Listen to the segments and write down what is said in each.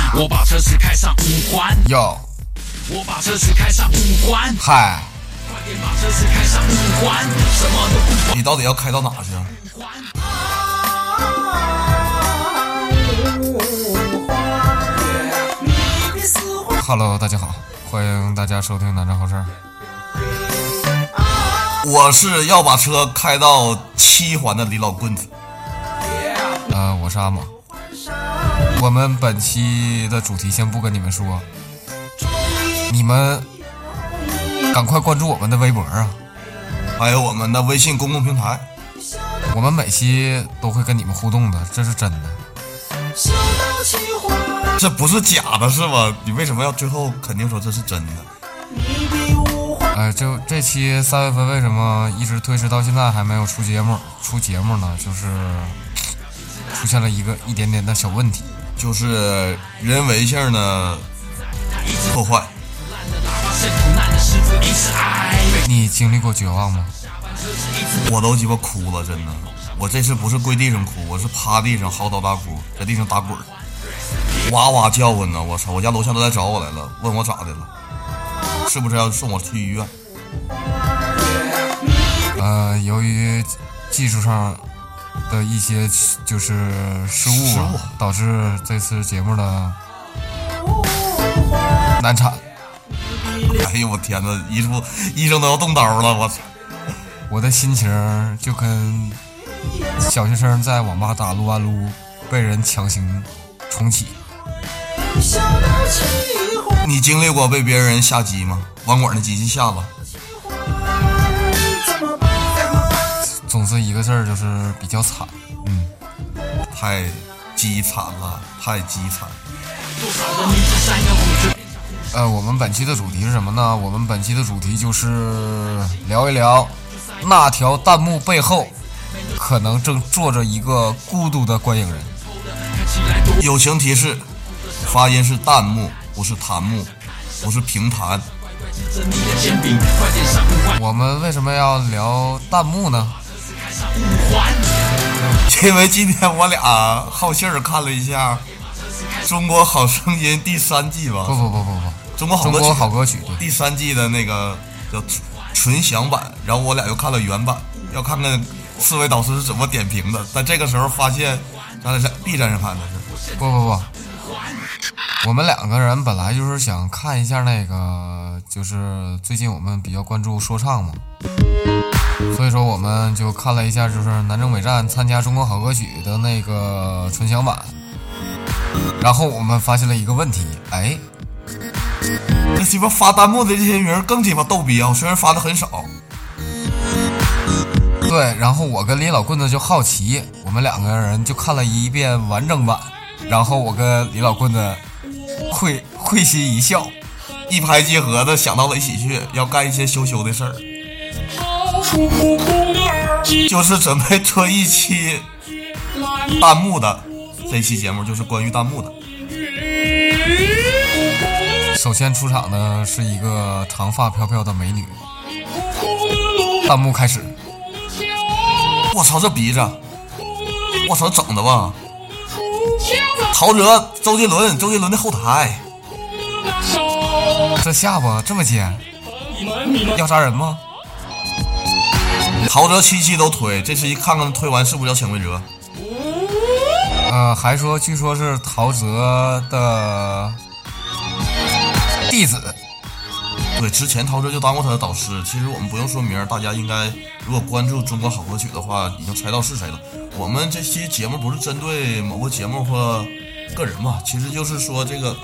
我把车子开上五环， 哟， 我把车子开上五环， 嗨， 快点把车子开上五环，什么都不管。 你到底要开到哪去？ Hello， 大家好，欢迎大家收听南站好事儿。我是要把车开到7环的李老棍子。我是阿猛。我们本期的主题先不跟你们说，你们赶快关注我们的微博啊，还有我们的微信公共平台，我们每期都会跟你们互动的，这是真的。这不是假的是吧？你为什么要最后肯定说这是真的？就这期3月份为什么一直推迟到现在还没有出节目呢？就是出现了一点点的小问题，就是人为性的破坏。你经历过绝望吗？我都鸡巴哭了，真的。我这次不是跪地上哭，我是趴地上嚎啕大哭，在地上打滚，哇哇叫唤呢！我操，我家楼下都来找我来了，问我咋的了，是不是要送我去医院？由于技术上的一些就是失误导致这次节目的难产。哎呦我天哪，医生都要动刀了，我操！我的心情就跟小学生在网吧打撸啊撸被人强行重启。你经历过被别人下机吗？网管的机器下吧。总之一个字儿，就是比较惨。太凄惨了，太凄惨。我们本期的主题是什么呢？我们本期的主题就是聊一聊那条弹幕背后可能正坐着一个孤独的观影人。友情提示，发音是弹幕，不是弹幕，不是评弹。我们为什么要聊弹幕呢？因为今天我俩好信儿看了一下《中国好声音》第3季吧。不，中国好歌曲第3季的那个叫纯享版，然后我俩又看了原版，要看看4位导师是怎么点评的。但这个时候发现咱俩在 B 站上看的是不，我们2个人本来就是想看一下那个，就是最近我们比较关注说唱嘛，所以说我们就看了一下，就是南征北战参加中国好歌曲的那个纯享版。然后我们发现了一个问题，这鸡巴发弹幕的这些人更鸡巴逗逼啊！虽然发的很少。对，然后我跟李老棍子就好奇，我们2个人就看了一遍完整版，然后我跟李老棍子会心一笑，一拍即合的想到了一起去，要干一些羞的事儿，就是准备做一期弹幕的。这期节目就是关于弹幕的。首先出场的是一个长发飘飘的美女。弹幕开始。我操，这鼻子！我操，整的吧！陶喆、周杰伦的后台。这下巴这么尖，要杀人吗？陶喆7期都推，这次一看看推完是不是叫潜规则？还说据说是陶喆的弟子。对，之前陶喆就当过他的导师。其实我们不用说名，大家应该如果关注中国好歌曲的话，已经猜到是谁了。我们这期节目不是针对某个节目或个人嘛，其实就是说这个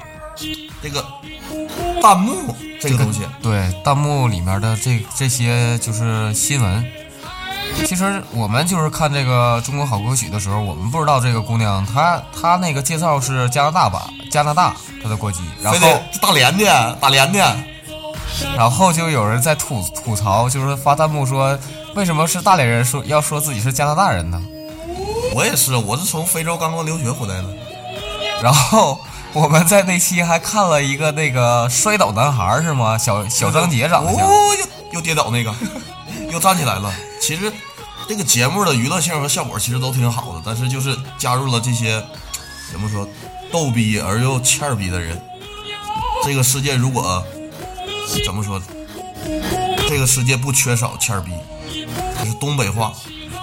弹幕这个东西，对，弹幕里面的这些就是新闻。其实我们就是看这个中国好歌曲的时候，我们不知道这个姑娘她那个介绍是加拿大她的国籍，然后大连的，然后就有人在吐槽，就是发弹幕说为什么是大连人要说自己是加拿大人呢？我也是，我是从非洲刚刚留学回来的。然后我们在那期还看了一个那个摔倒男孩是吗？小张杰长得像，又跌倒那个，又站起来了。其实这个节目的娱乐性和效果其实都挺好的，但是就是加入了这些怎么说逗逼而又欠逼的人。这个世界如果怎么说，这个世界不缺少欠逼，这是东北话。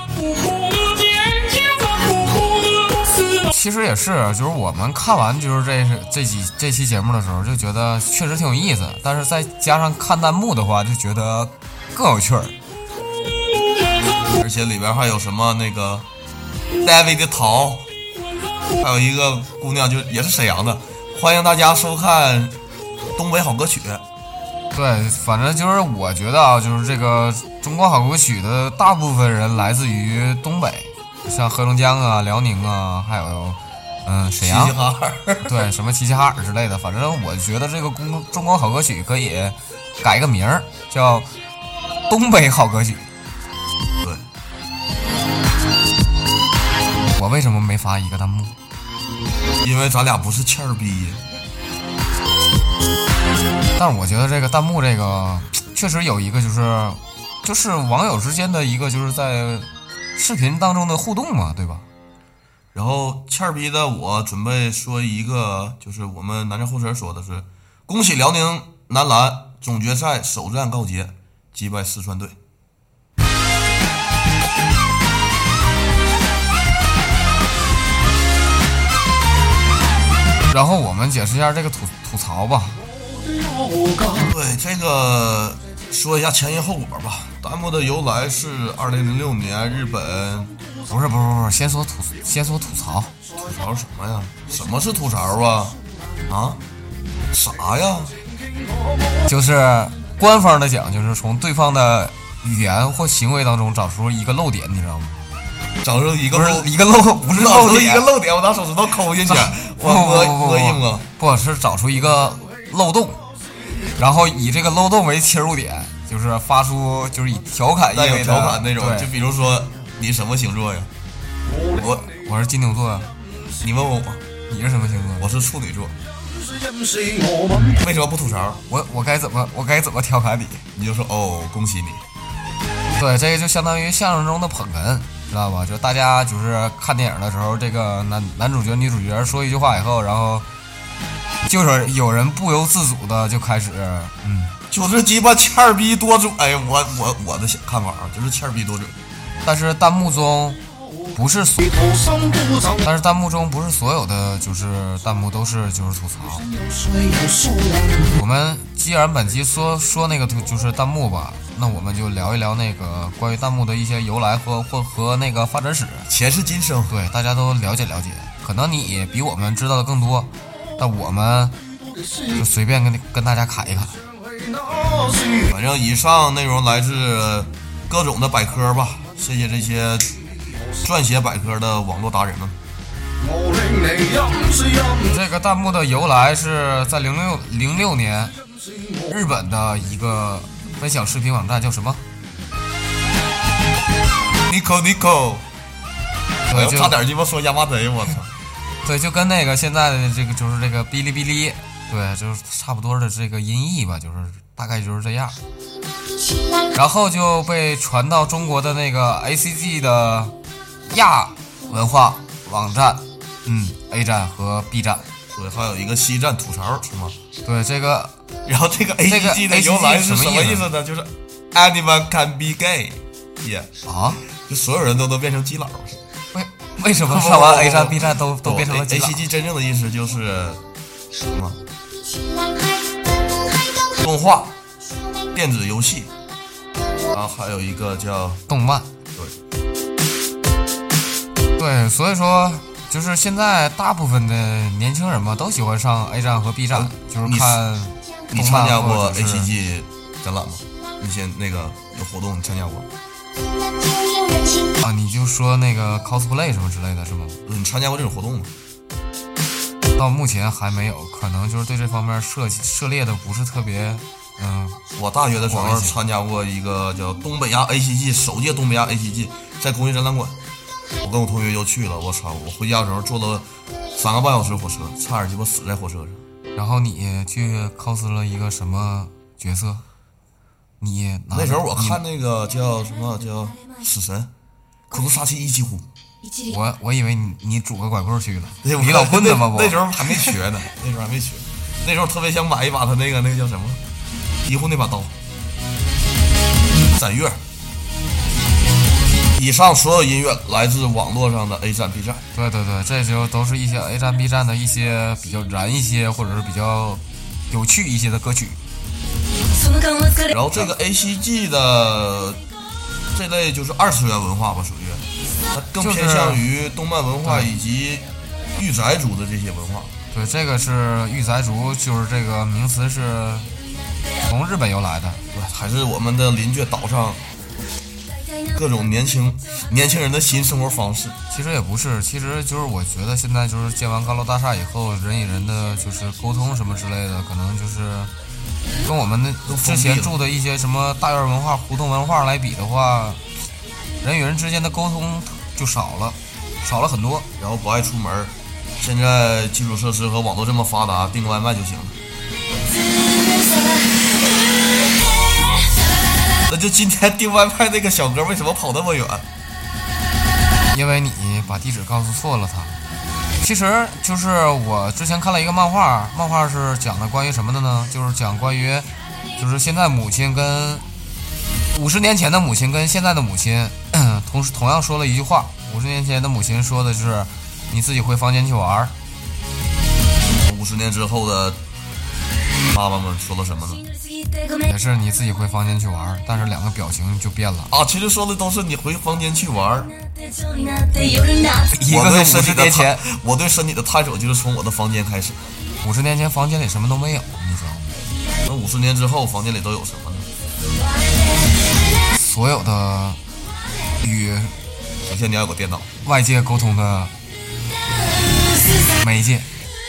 其实也是，就是我们看完就是这期节目的时候，就觉得确实挺有意思，但是再加上看弹幕的话，就觉得更有趣儿。 而且里边还有什么那个 David 的桃，还有一个姑娘就也是沈阳的。欢迎大家收看东北好歌曲。 对，反正就是我觉得啊，就是这个中国好歌曲的大部分人来自于东北，像黑龙江啊、辽宁啊，还有沈阳、 齐齐哈尔， 对，什么齐齐哈尔之类的。反正我觉得这个中国好歌曲可以改个名儿，叫东北好歌曲。 对， 我为什么没发一个弹幕？ 因为咱俩不是欠逼。 但是我觉得这个弹幕这个确实有一个就是网友之间的一个就是在视频当中的互动嘛，对吧？ 然后欠逼的我准备说一个，就是我们南站后身说的是，恭喜辽宁男篮总决赛首战告捷，击败四川队。 然后我们解释一下这个吐槽吧。 对，这个说一下前因后果吧。弹幕的由来是2006年日本， 不是，先说吐槽。 吐槽什么呀？什么是吐槽啊？啊？啥呀？ 就是官方的讲，就是从对方的语言或行为当中找出一个漏点，你知道吗？ 找出一个不是漏点， 一个漏点，我拿手指头抠进去，我硬了， 不是找出一个漏洞，然后以这个漏洞为切入点，就是发出就是以调侃意味的调侃那种，就比如说你什么星座呀？ 我是金牛座呀。 你问我你是什么星座？ 我是处女座。为什么不吐槽？ 我该怎么调侃你？ 你就说哦，恭喜你。 对，这个就相当于相声中的捧哏，知道吧？就大家就是看电影的时候，这个男主角女主角说一句话以后，然后就是有人不由自主的就开始就是鸡巴欠逼多嘴。哎，我的看法啊，就是欠逼多嘴。 但是弹幕中不是所有的就是弹幕都是就是吐槽。我们既然本期说那个就是弹幕吧，那我们就聊一聊那个关于弹幕的一些由来和那个发展史， 前世今生。 对，大家都了解。可能你比我们知道的更多，但我们就随便跟大家侃一侃。 反正以上内容来自各种的百科吧，谢谢这些撰写百科的网络达人们。 这个弹幕的由来是在06年，日本的一个分享视频网站叫什么 ？Nico， 对， 差点鸡巴说亚麻贼，我操！ 对，就跟那个现在的这个就是这个哔哩哔哩，对，就是差不多的这个音译吧，就是大概就是这样。然后就被传到中国的那个 ACG 的亚文化网站，A 站和 B 站， 对，还有一个 C 站吐槽是吗？ 对，这个， 然后这个 ACG 的由来是什么意思呢？就是 anyone can be gay， 啊， 就所有人都能变成基佬。 为什么上完 A 站 B 站都变成了基佬 ？ACG 真正的意思就是什么？动画、电子游戏，然后还有一个叫动漫。对，所以说就是现在大部分的年轻人嘛，都喜欢上 A 站和 B 站，就是看你参加过 ACG 展览吗？你先那个有活动你参加过啊？你就说那个 cosplay 什么之类的是吗？ 你参加过这种活动吗？ 到目前还没有，可能就是对这方面涉猎的不是特别。 我大学的时候参加过一个叫东北亚 ACG， 首届东北亚 ACG， 在工业展览馆，我跟我同学就去了。我操！我回家的时候坐了3个半小时火车，差点鸡巴死在火车上。 然后你去 cos 了一个什么角色？ 那时候我看那个叫什么叫死神，库鲁萨奇一几乎。 我以为你拄个拐棍去了，你老棍子吗？ 那时候还没学呢，那时候特别想买一把他那个叫什么一户那把刀，斩月。以上所有音乐来自网络上的 A 站 B 站。 对，这就都是一些 A 站 B 站的一些比较燃一些或者是比较有趣一些的歌曲。 然后这个 ACG 的这类就是二次元文化吧，属于它更偏向于动漫文化以及御宅族的这些文化。 对，这个是御宅族，就是这个名词是从日本由来的。 对，还是我们的邻居岛上各种年轻人的新生活方式。 其实也不是，其实就是我觉得现在就是建完高楼大厦以后，人与人的就是沟通什么之类的，可能就是跟我们之前住的一些什么大院文化、胡同文化来比的话，人与人之间的沟通就少了很多， 然后不爱出门。现在基础设施和网络这么发达，订个外卖就行了。那就今天订外卖那个小哥为什么跑那么远？ 因为你把地址告诉错了他。其实就是我之前看了一个漫画是讲的关于什么的呢？就是讲关于就是现在母亲跟50年前的母亲跟现在的母亲同样说了一句话。50年前的母亲说的是你自己回房间去玩 ，50年之后的妈妈们说了什么呢？ 也是你自己回房间去玩，但是两个表情就变了啊！其实说的都是你回房间去玩。 一个是50年前， 我对身体的探索就是从我的房间开始。 50年前房间里什么都没有，你知道吗？ 那50年之后房间里都有什么呢？ 所有的与首先你要有个电脑， 外界沟通的媒介。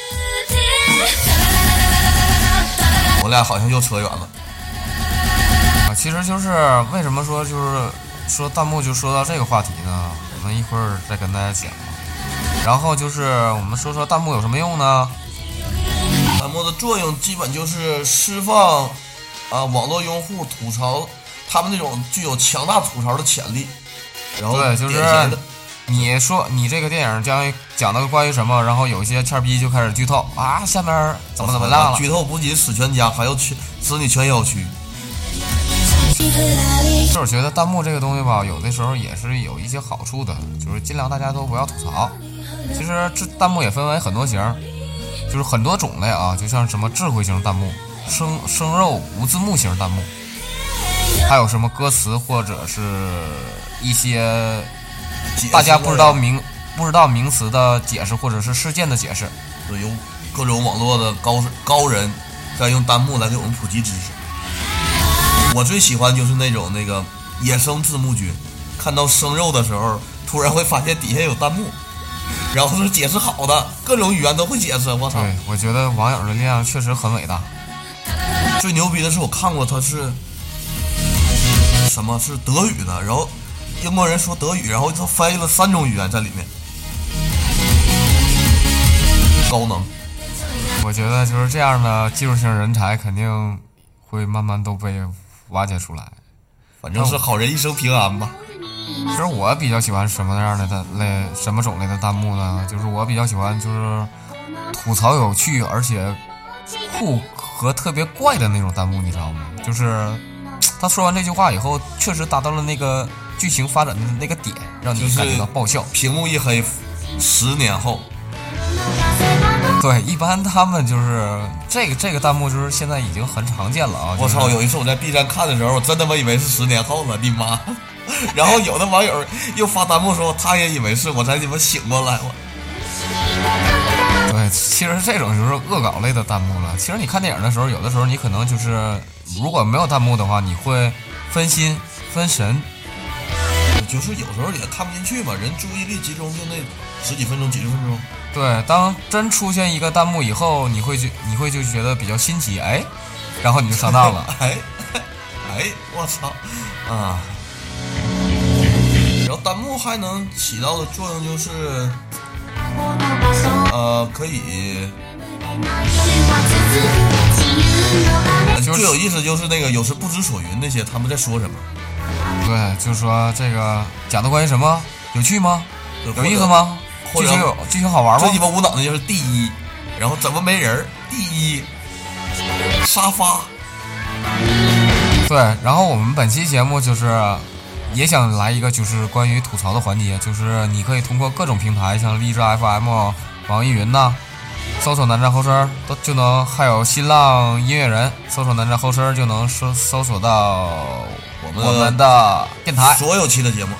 我俩好像又扯远了啊！其实就是为什么说就是说弹幕就说到这个话题呢？我们一会儿再跟大家讲。然后就是我们说弹幕有什么用呢？ 弹幕的作用基本就是释放网络用户吐槽他们那种具有强大吐槽的潜力。然后对，就是你说你这个电影将讲的关于什么，然后有一些欠逼就开始剧透啊，下面怎么样了？ 剧透不仅死全家，还要使你全腰区。 就是我觉得弹幕这个东西吧，有的时候也是有一些好处的，就是尽量大家都不要吐槽。其实这弹幕也分为很多型，就是很多种类啊，就像什么智慧型弹幕、生肉无字幕型弹幕，还有什么歌词或者是一些大家不知道名词的解释，或者是事件的解释， 有各种网络的高人在用弹幕来给我们普及知识。我最喜欢就是那个野生字幕君，看到生肉的时候，突然会发现底下有弹幕，然后是解释好的，各种语言都会解释。我操！ 对，我觉得网友的力量确实很伟大。 最牛逼的是我看过他是什么是德语的，然后英国人说德语，然后他翻译了3种语言在里面，高能。 我觉得就是这样的技术性人才肯定会慢慢都被挖掘出来， 反正是好人一生平安吧。 其实我比较喜欢什么样的什么种类的弹幕呢？就是我比较喜欢就是吐槽有趣而且酷和特别怪的那种弹幕，你知道吗？就是他说完这句话以后，确实达到了那个剧情发展的那个点，让你感觉到爆笑。 屏幕一黑，10年后。 对，一般他们就是这个弹幕，就是现在已经很常见了啊！ 我操，有一次我在 B 站看的时候，我真他妈以为是10年后了，你妈！然后有的网友又发弹幕说，他也以为是，我才他妈醒过来。 对，其实这种就是恶搞类的弹幕了。其实你看电影的时候，有的时候你可能就是如果没有弹幕的话，你会分心分神， 就是有时候也看不进去吧，人注意力集中就那十几分钟、几十分钟。 对，当真出现一个弹幕以后，你会就觉得比较新奇，哎，然后你就上当了， 哎，我操啊！然后弹幕还能起到的作用就是，可以，最有意思就是那个有时不知所云那些他们在说什么。 对，就是说这个讲的关于什么有趣吗？ 有意思吗？剧情好玩吗？ 最鸡巴无脑的就是第一，然后怎么没人？第一沙发。 对，然后我们本期节目就是也想来一个就是关于吐槽的环节，就是你可以通过各种平台，像荔枝 FM、网易云呐，搜索南站后身都就能，还有新浪音乐人搜索南站后身就能搜索到我们的电台所有期的节目。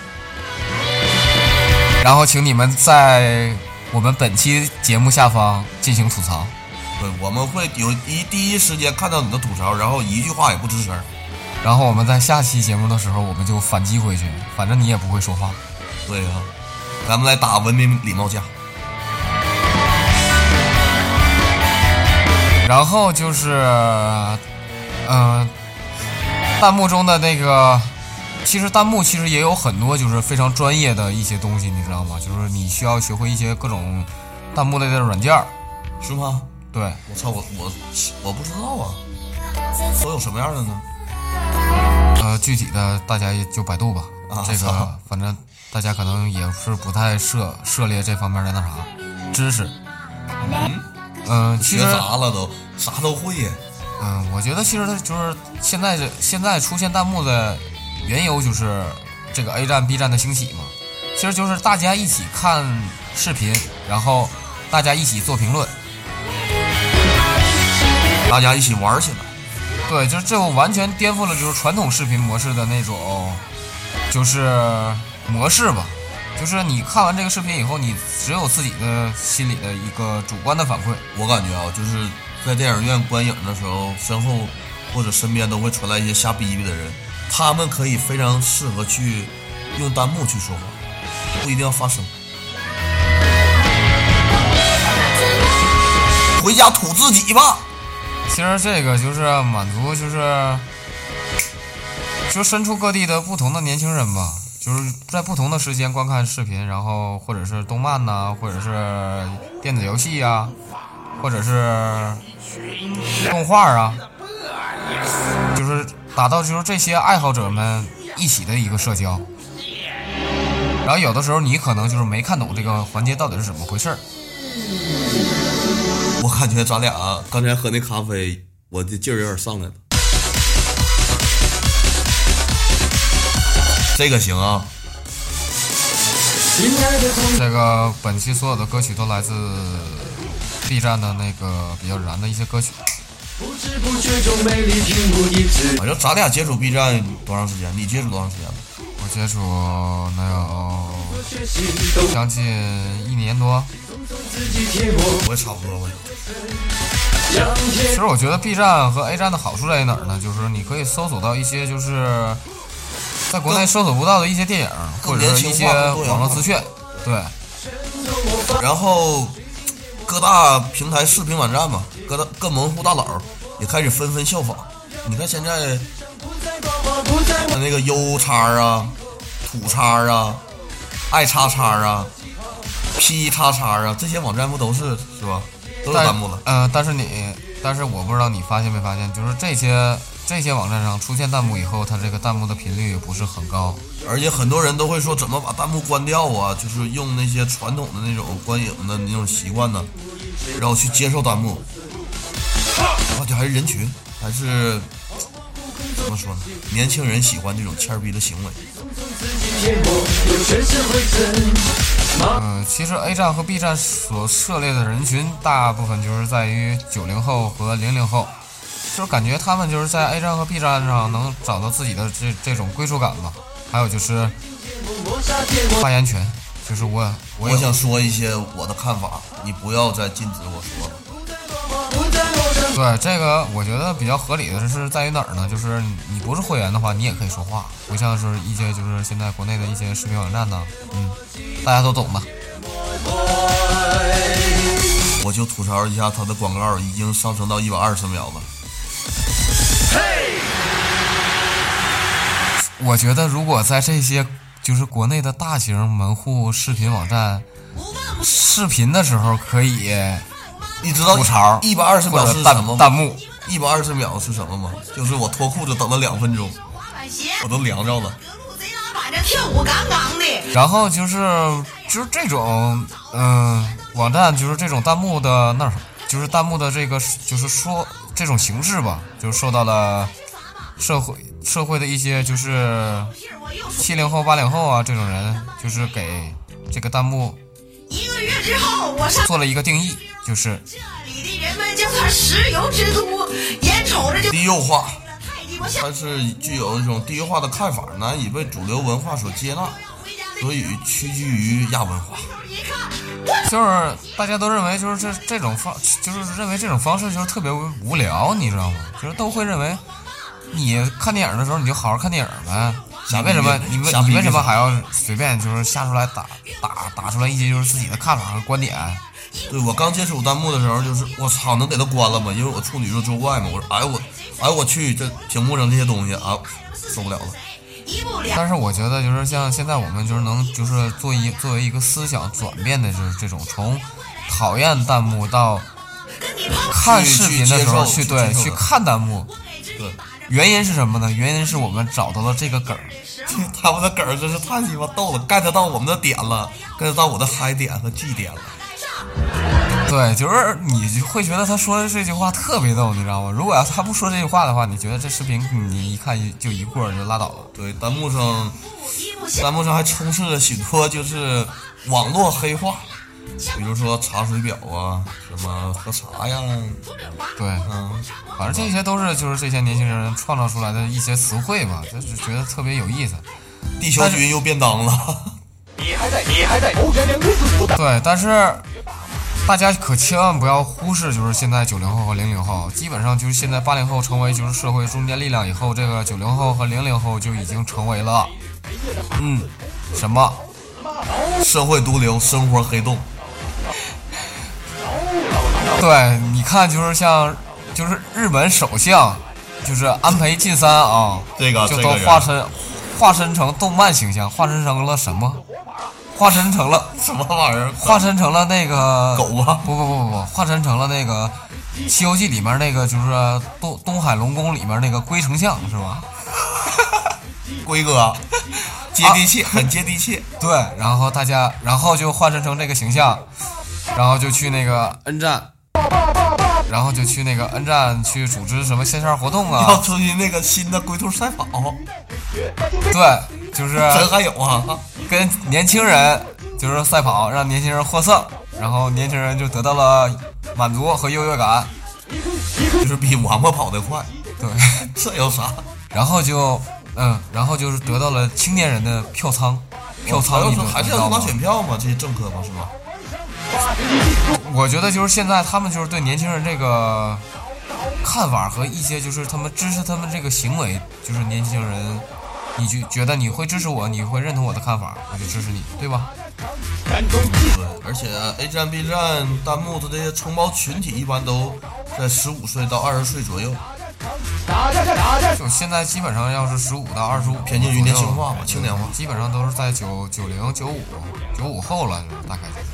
然后请你们在我们本期节目下方进行吐槽。 对，我们会第一时间看到你的吐槽，然后一句话也不吱声。 然后我们在下期节目的时候，我们就反击回去，反正你也不会说话。 对呀，咱们来打文明礼貌架。 然后就是，弹幕中的那个，其实弹幕其实也有很多就是非常专业的一些东西，你知道吗？就是你需要学会一些各种弹幕类的软件， 是吗？ 对， 我操，我不知道啊，都有什么样的呢？ 具体的大家也就百度吧。这个反正大家可能也是不太涉猎这方面的那啥知识。其实学啥了都，啥都会呀。 我觉得其实它就是现在出现弹幕的缘由就是这个 A 站 B 站的兴起嘛。其实就是大家一起看视频，然后大家一起做评论， 大家一起玩起来。 对，就是这完全颠覆了就是传统视频模式的那种就是模式吧。就是你看完这个视频以后，你只有自己的心里的一个主观的反馈。 我感觉啊，就是在电影院观影的时候，身后或者身边都会传来一些瞎逼逼的人，他们可以非常适合去用弹幕去说话，不一定要发声。回家吐自己吧。 其实这个就是满足就身处各地的不同的年轻人吧，就是在不同的时间观看视频，然后或者是动漫呐，或者是电子游戏啊，或者是动画啊，就是达到就是这些爱好者们一起的一个社交。然后有的时候你可能就是没看懂这个环节到底是怎么回事。 我感觉咱俩刚才喝那咖啡，我的劲儿有点上来了。这个行啊。 这个本期所有的歌曲都来自 B 站的那个比较燃的一些歌曲。 反正咱俩接触 B 站多长时间？你接触多长时间了？ 我接触能有将近1年多。 我也差不多吧。 其实我觉得 B 站和 A 站的好处在于哪儿呢？就是你可以搜索到一些就是在国内搜索不到的一些电影，或者是一些网络资讯。对。 然后各大平台视频网站嘛，各门户大佬也开始纷纷效仿。你看现在那个优叉啊、土叉啊、爱叉叉啊、P 叉叉啊，这些网站不都是吧？都有弹幕了。 但是我不知道你发现没发现，就是这些网站上出现弹幕以后，它这个弹幕的频率不是很高， 而且很多人都会说怎么把弹幕关掉啊？就是用那些传统的那种观影的那种习惯呢，然后去接受弹幕。而且还是人群，还是怎么说呢？年轻人喜欢这种欠逼的行为。 其实 A 站和 B 站所涉猎的人群大部分就是在于90后和00后，就是感觉他们就是在 A 站和 B 站上能找到自己的这种归属感吧。还有就是发言权，就是我想说一些我的看法，你不要再禁止我说了。 对，这个我觉得比较合理的是在于哪儿呢？就是你不是会员的话，你也可以说话，不像是一些就是现在国内的一些视频网站呢，大家都懂的。 我就吐槽一下，它的广告已经上升到120秒了。 我觉得如果在这些就是国内的大型门户视频网站视频的时候，可以。 你知道120秒是什么吗？ 弹幕 120秒是什么吗？就是我脱裤子等了2分钟，我都凉着了。 跳舞杠杠的。 然后就是这种网站，就是这种弹幕的就是弹幕的这个就是说这种形式吧，就是受到了社会的一些就是70后80后啊这种人，就是给这个弹幕 1个月之后，我上做了一个定义，就是这里的人们将它石油之都，眼瞅着就低幼化，它是具有一种低幼化的看法，难以被主流文化所接纳，所以屈居于亚文化。 就是大家都认为就是这种就是认为这种方式就是特别无聊，你知道吗？就是都会认为你看电影的时候你就好好看电影呗，你为什么你为什么还要随便就是下出来打出来一些就是自己的看法和观点？ 对，我刚接触弹幕的时候，就是我操，能给它关了吗？因为我处女座作怪嘛，我说哎我去，这屏幕上这些东西啊，受不了了。 但是我觉得就是像现在我们就是能就是作为一个思想转变的就是这种从讨厌弹幕到看视频的时候去看弹幕。 对， 原因是什么呢？原因是我们找到了这个梗儿， 他们的梗儿真是太鸡巴逗了 ，get 到我们的点了 ，get 到我的嗨点和 G 点了。 对，就是你会觉得他说的这句话特别逗，你知道吗？如果要他不说这句话的话，你觉得这视频你一看就一过就拉倒了。 对，弹幕上还充斥着许多就是网络黑话，比如说查水表啊，什么喝茶呀， 对，反正这些都是就是这些年轻人创造出来的一些词汇吧，就是觉得特别有意思。 地球军又便当了， 你还在欧元两日子对，但是大家可千万不要忽视，就是现在90后和00后，基本上就是现在80后成为就是社会中坚力量以后，这个90后和00后就已经成为了什么社会毒瘤，生活黑洞。 对，你看就是像就是日本首相就是安倍晋三啊， 这个就都化身成动漫形象，化身成了什么？化身成了什么玩意儿？ 化身成了那个狗啊！ 不，化身成了那个《西游记》里面那个就是东海龙宫里面那个龟丞相是吧？ 龟哥，接地气，很接地气。 对，然后就化身成这个形象，然后就去那个 N 站。然后就去那个 N 站去组织什么线下活动啊， 要出去那个新的龟兔赛跑。 对，就是真还有啊， 跟年轻人就是赛跑，让年轻人获胜，然后年轻人就得到了满足和优越感， 就是比王八跑得快。 对， 这有啥？ 然后就是得到了青年人的票仓，你还是要拿选票嘛，这些政客嘛，是吧？ 我觉得就是现在他们就是对年轻人这个看法和一些就是他们支持他们这个行为，就是年轻人，你就觉得你会支持我，你会认同我的看法，我就支持你，对吧？ 对，而且 A 站、B 站弹幕的这些承包群体一般都在15岁到20岁左右。 就现在基本上要是15到25， 偏近于年轻化嘛，青年化， 基本上都是在90、95后了，就是大概就是。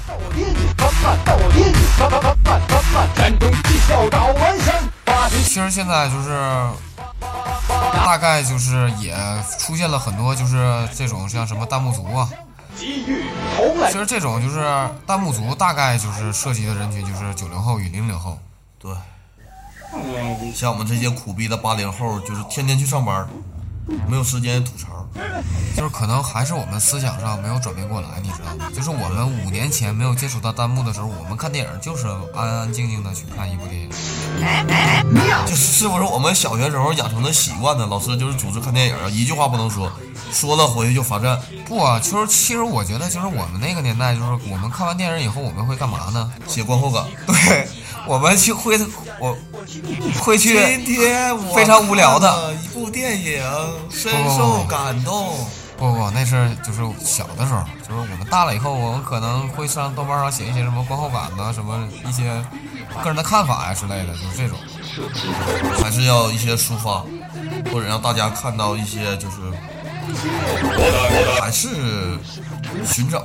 其实现在就是大概就是也出现了很多就是这种像什么弹幕族啊。其实这种就是弹幕族，大概就是涉及的人群就是90后与00后。 对。像我们这些苦逼的80后，就是天天去上班，没有时间吐槽， 就是可能还是我们思想上没有转变过来，你知道吗？就是我们5年前没有接触到弹幕的时候，我们看电影就是安安静静的去看一部电影， 就是不是我们小学时候养成的习惯呢？老师就是组织看电影，一句话不能说，说了回去就罚站。 不啊，其实我觉得就是我们那个年代，就是我们看完电影以后，我们会干嘛呢？ 写观后感。 对，我们会去今天我非常无聊的一部电影，深受感动。 不，那是就是小的时候，就是我们大了以后，我们可能会上豆瓣上写一些什么观后感呐，什么一些个人的看法呀之类的，就是这种。 还是要一些抒发，或者让大家看到一些就是，还是寻找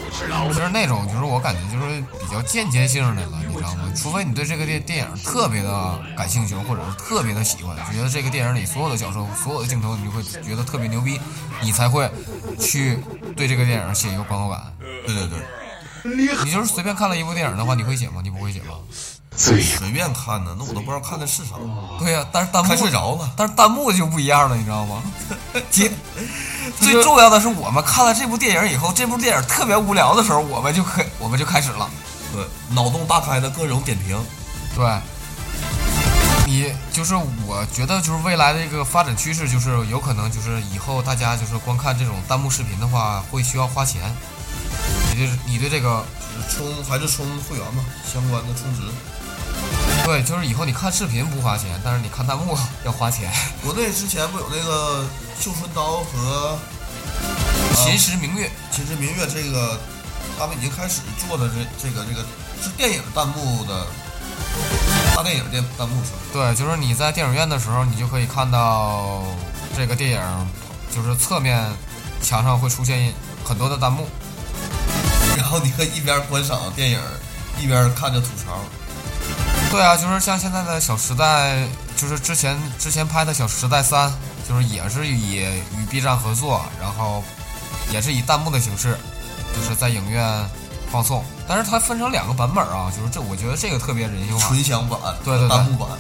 就是那种，就是我感觉就是比较间接性的了，你知道吗？除非你对这个电影特别的感兴趣，或者是特别的喜欢，觉得这个电影里所有的角色、所有的镜头，你就会觉得特别牛逼，你才会去对这个电影写一个观后感。 对对对， 你就是随便看了一部电影的话，你会写吗？你不会写吧？ 随便看的，那我都不知道看的是啥。 对呀、但是弹幕看睡着了， 但是弹幕就不一样了，你知道吗？最重要的是，我们看了这部电影以后，这部电影特别无聊的时候，我们就开始了。 对，脑洞大开的各种点评。 对，你就是我觉得就是未来的一个发展趋势，就是有可能就是以后大家就是观看这种弹幕视频的话，会需要花钱。你对这个还是充会员嘛，相关的充值。 对，就是以后你看视频不花钱，但是你看弹幕要花钱。 国内之前不有那个《绣春刀》和 《秦时明月》 秦时明月这个，他们已经开始做的这个是电影弹幕的大电影弹幕是吧？ 对，就是你在电影院的时候，你就可以看到这个电影，就是侧面墙上会出现很多的弹幕， 然后你可以一边观赏电影，一边看着吐槽。 对啊，就是像现在的《小时代》，就是之前拍的《小时代3》，就是也是与 B 站合作，然后也是以弹幕的形式，就是在影院放送。但是它分成2个版本啊，就是我觉得这个特别人性化。 纯享版， 对对对， 弹幕版。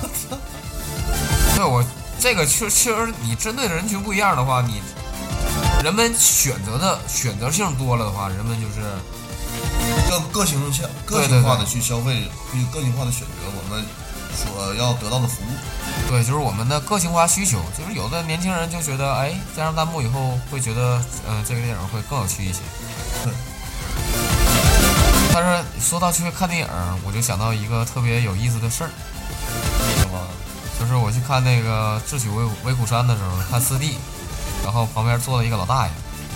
对，我这个确实你针对的人群不一样的话，人们选择性多了的话，人们就是。 更个性化的去消费，去个性化的选择我们所要得到的服务。 对，就是我们的个性化需求。就是有的年轻人就觉得，哎，加上弹幕以后会觉得，这个电影会更有趣一些。但是说到去看电影，我就想到一个特别有意思的事儿。 什么？ 就是我去看那个《智取威虎山》的时候，看4D，然后旁边坐了一个老大爷。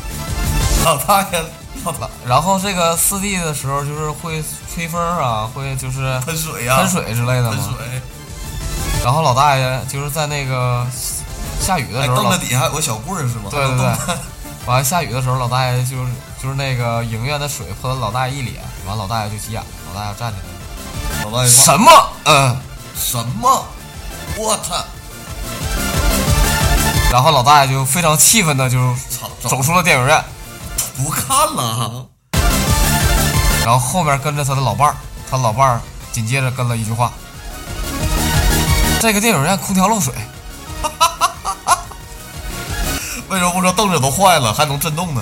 然后这个4D 的时候，就是会吹风啊，会就是喷水啊， 喷水之类的嘛。 喷水。 然后老大爷就是在那个下雨的时候， 凳子底下还有个小棍是吗？ 对对对。完下雨的时候，老大爷就是那个影院的水泼了老大爷一脸，完老大爷就急眼了，老大爷站起来了。 老大爷什么？ 什么？我操！ 然后老大爷就非常气愤的就走出了电影院。 不看了， 然后后面跟着他的老伴儿，他老伴儿紧接着跟了一句话：“这个电影院空调漏水。” 为什么不说凳子都坏了还能震动呢？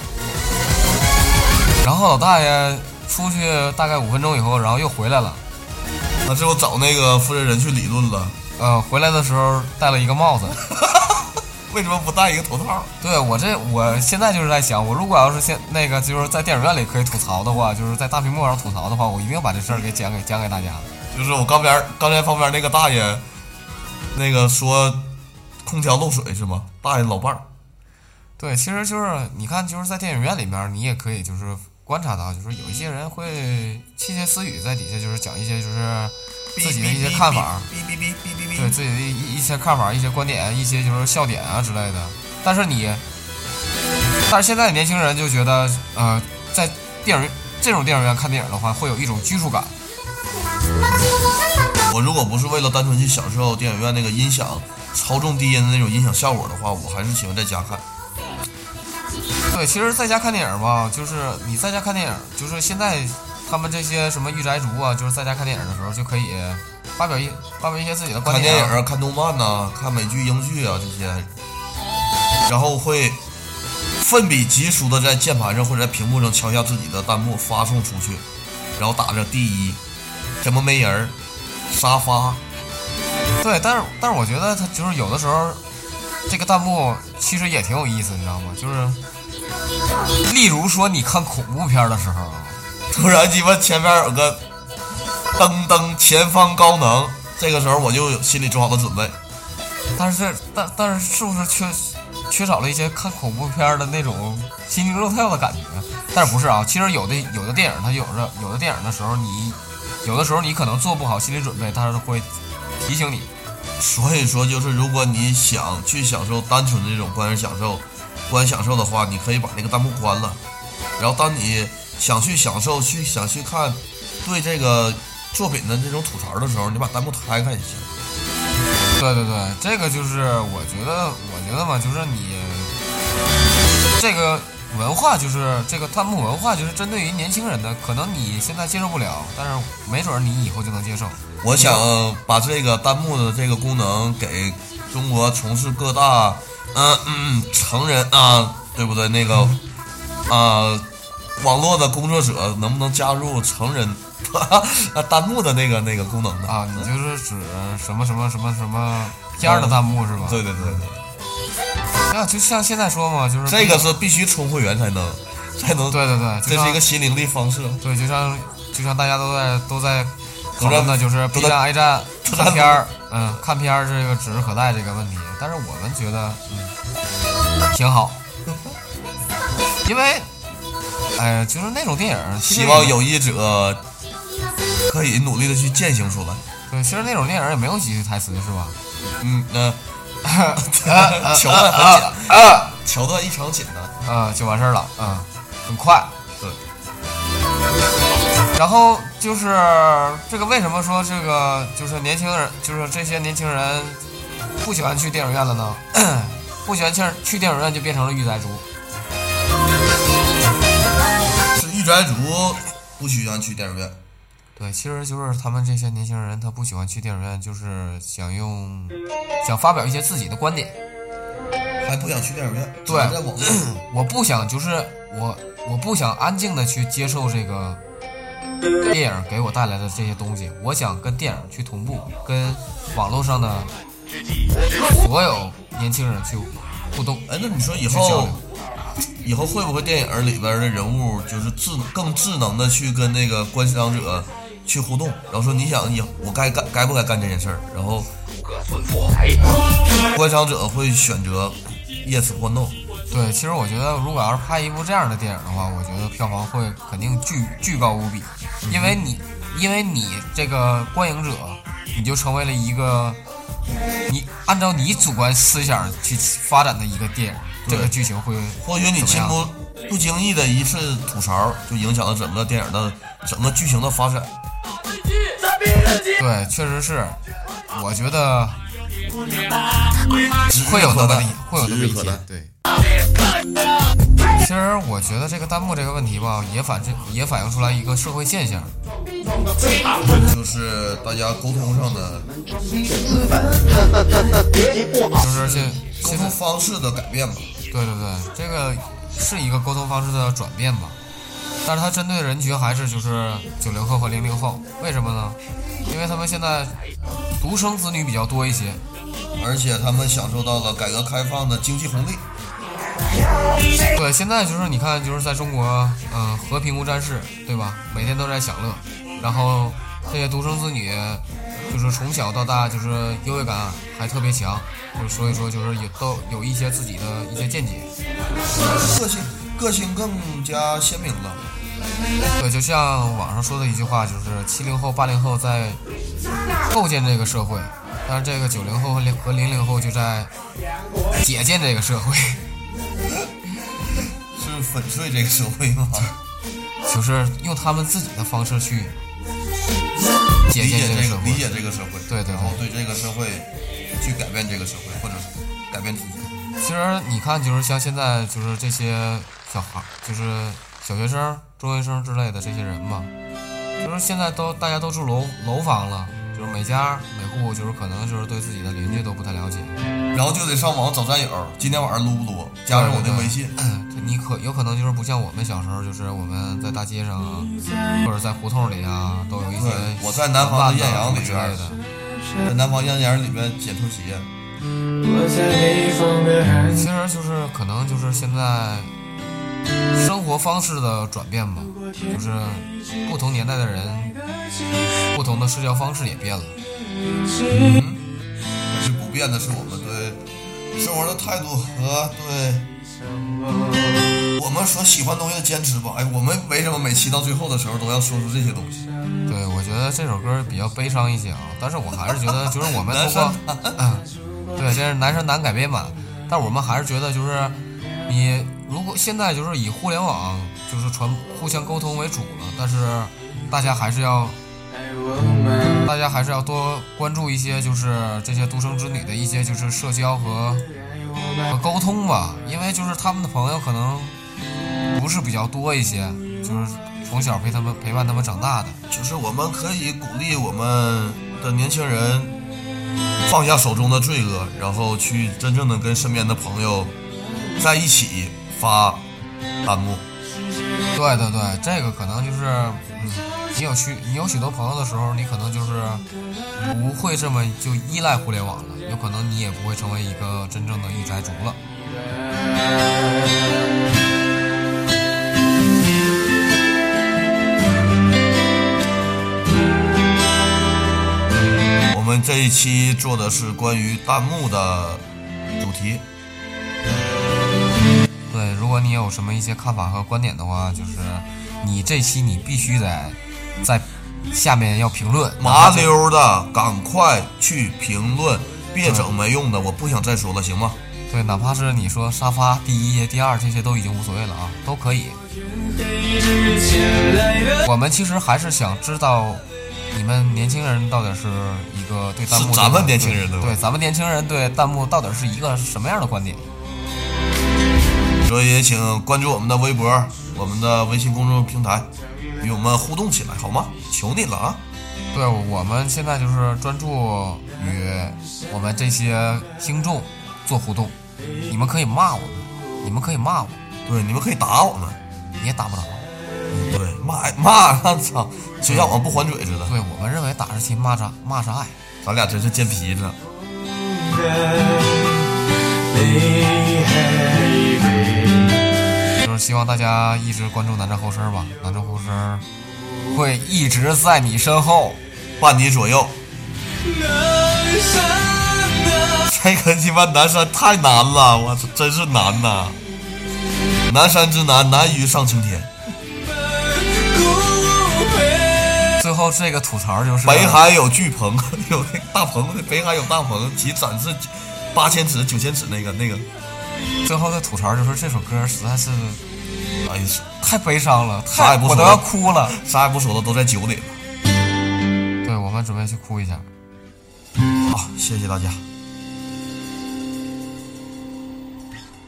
然后老大爷出去大概5分钟以后，然后又回来了。 他是不是找那个负责人去理论了？ 回来的时候戴了一个帽子。 为什么不戴一个头套？ 对，我现在就是在想，我如果要是就是在电影院里可以吐槽的话，就是在大屏幕上吐槽的话，我一定把这事儿给讲给大家。 就是我刚才旁边那个大爷，那个说空调漏水是吗？大爷老伴儿。 对，其实就是你看，就是在电影院里面，你也可以就是观察到，就是有一些人会窃窃私语在底下，就是讲一些就是自己的一些看法，对自己的一些看法、一些观点、一些就是笑点啊之类的。但是现在的年轻人就觉得，在这种电影院看电影的话，会有一种拘束感。 我如果不是为了单纯去享受电影院那个音响操纵低音的那种音响效果的话，我还是喜欢在家看。 对，其实在家看电影吧，就是你在家看电影，就是现在他们这些什么御宅族啊，就是在家看电影的时候就可以发表一些自己的观点， 看电影、看动漫呐、看美剧、英剧啊这些，然后会奋笔疾书的在键盘上或者在屏幕上敲下自己的弹幕发送出去，然后打着第一，什么没人沙发。 对，但是我觉得他就是有的时候这个弹幕其实也挺有意思，你知道吗？就是例如说你看恐怖片的时候， 突然鸡巴前面有个噔噔前方高能，这个时候我就心里做好了准备。 但是是不是缺少了一些看恐怖片的那种心惊肉跳的感觉？但是不是啊？其实有的电影它有的电影的时候，有的时候你可能做不好心理准备，它是会提醒你。 所以说，就是如果你想去享受单纯的这种观影享受的话，你可以把那个弹幕关了， 然后当你想去享受、想去看对这个作品的这种吐槽的时候，你把弹幕开开一下。 对对对，这个就是我觉得嘛，就是你这个文化，就是这个弹幕文化，就是针对于年轻人的，可能你现在接受不了，但是没准你以后就能接受。 我想把这个弹幕的这个功能给中国从事各大成人啊，对不对？那个网络的工作者能不能加入成人弹幕的那个功能呢？ 啊，你就是指什么片的弹幕是吧？ 对对对对。 啊，就像现在说嘛，就是这个是必须充会员才能。 对对对， 这是一个心灵的方式。 对，就像大家都在讨论的就是 B 站 A 站看片儿，看片儿这个指日可待这个问题，但是我们觉得挺好，因为就是那种电影， 希望有意者可以努力的去践行出来。 对，其实那种电影也没有几句台词是吧？ 桥段很简单，桥段异常简单， 就完事儿了，很快。 对。 然后就是这个，为什么说这个就是年轻人，就是这些年轻人不喜欢去电影院了呢？不喜欢去电影院就变成了御宅族。 是御宅族不喜欢去电影院。 对，其实就是他们这些年轻人，他不喜欢去电影院，就是想发表一些自己的观点， 还不想去电影院。 对，我不想，就是我不想安静的去接受这个电影给我带来的这些东西，我想跟电影去同步，跟网络上的所有年轻人去互动。 那你说以后会不会电影里边的人物就是更智能的去跟那个观赏者去互动，然后说你想我该不该干这件事儿，然后观赏者会选择 yes 或 no。 对，其实我觉得如果要是拍一部这样的电影的话，我觉得票房会肯定巨高无比，因为你这个观影者，你就成为了一个你按照你主观思想去发展的一个电影，这个剧情会或许你不经意的一次吐槽，就影响了整个电影的整个剧情的发展。 对，确实是，我觉得会有的问题。对，其实我觉得这个弹幕这个问题吧，也反映出来一个社会现象， 就是大家沟通上的， 就是沟通方式的改变吧。 对对对，这个是一个沟通方式的转变吧，但是它针对的人群还是就是90后和00后，为什么呢？因为他们现在独生子女比较多一些， 而且他们享受到了改革开放的经济红利。 对，现在就是你看，就是在中国，和平无战事，对吧？每天都在享乐，然后这些独生子女，就是从小到大就是优越感还特别强，就所以说就是都有一些自己的一些见解， 个性更加鲜明了。 对，就像网上说的一句话，就是70后、80后在构建这个社会，但是这个90后和00后就在解建这个社会。 是粉碎这个社会吗？ 就是用他们自己的方式去解建这个社会， 理解这个社会， 对， 然后对这个社会去改变这个社会，或者改变自己。 其实你看，就是像现在就是这些小孩，就是小学生、中学生之类的这些人吧，就是现在大家都住楼房了，就是每家每户就是可能就是对自己的邻居都不太了解， 然后就得上网找战友，今天晚上撸不撸？加上我的微信。 你有可能就是不像我们小时候，就是我们在大街上啊，或者在胡同里啊，都有一些。 我在南方的艳阳里边，在南方艳阳里边捡拖鞋。 其实就是可能就是现在生活方式的转变吧，就是不同年代的人，不同的社交方式也变了。 但是不变的是我们对生活的态度和对我们所喜欢东西的坚持吧。我们为什么每期到最后的时候都要说出这些东西？ 对，我觉得这首歌比较悲伤一些啊，但是我还是觉得就是我们通过对，这是男生难改编版，但我们还是觉得就是你如果现在就是以互联网就是互相沟通为主了，但是大家还是要多关注一些就是这些独生子女的一些就是社交和沟通吧，因为就是他们的朋友可能不是比较多一些，就是从小陪伴他们长大的。 就是我们可以鼓励我们的年轻人放下手中的罪恶，然后去真正的跟身边的朋友在一起发弹幕。 对对对，这个可能就是你有许多朋友的时候，你可能就是不会这么就依赖互联网了，有可能你也不会成为一个真正的御宅族了。 我们这一期做的是关于弹幕的主题。 对，如果你有什么一些看法和观点的话，就是你这期你必须得在下面要评论， 麻溜的赶快去评论，别整没用的，我不想再说了，行吗？ 对，哪怕是你说沙发第一第二这些都已经无所谓了啊，都可以。我们其实还是想知道你们年轻人到底是一个对弹幕是咱们年轻人的对咱们年轻人对弹幕到底是一个什么样的观点。 所以也请关注我们的微博，我们的微信公众平台，与我们互动起来好吗？求你了啊！ 对，我们现在就是专注与我们这些听众做互动，你们可以骂我们，你们可以骂我， 对，你们可以打我们， 你也打不着。 对，骂操，就像我们不还嘴似的。 对，我们认为打是亲，骂是爱， 咱俩真是贱皮子。 就是希望大家一直关注南站后身吧，南站后身会一直在你身后， 伴你左右。这个鸡巴南山太难了，我操，真是难呐！南山之难，难于上青天。 最后这个吐槽就是北海有巨棚，有那大棚，北海有大棚，其展示8000尺、9000尺那个。 最后的吐槽就是这首歌实在是， 哎呀， 太悲伤了， 啥也不说， 我都要哭了， 啥也不说了，都在酒里了。 对，我们准备去哭一下。 好，谢谢大家。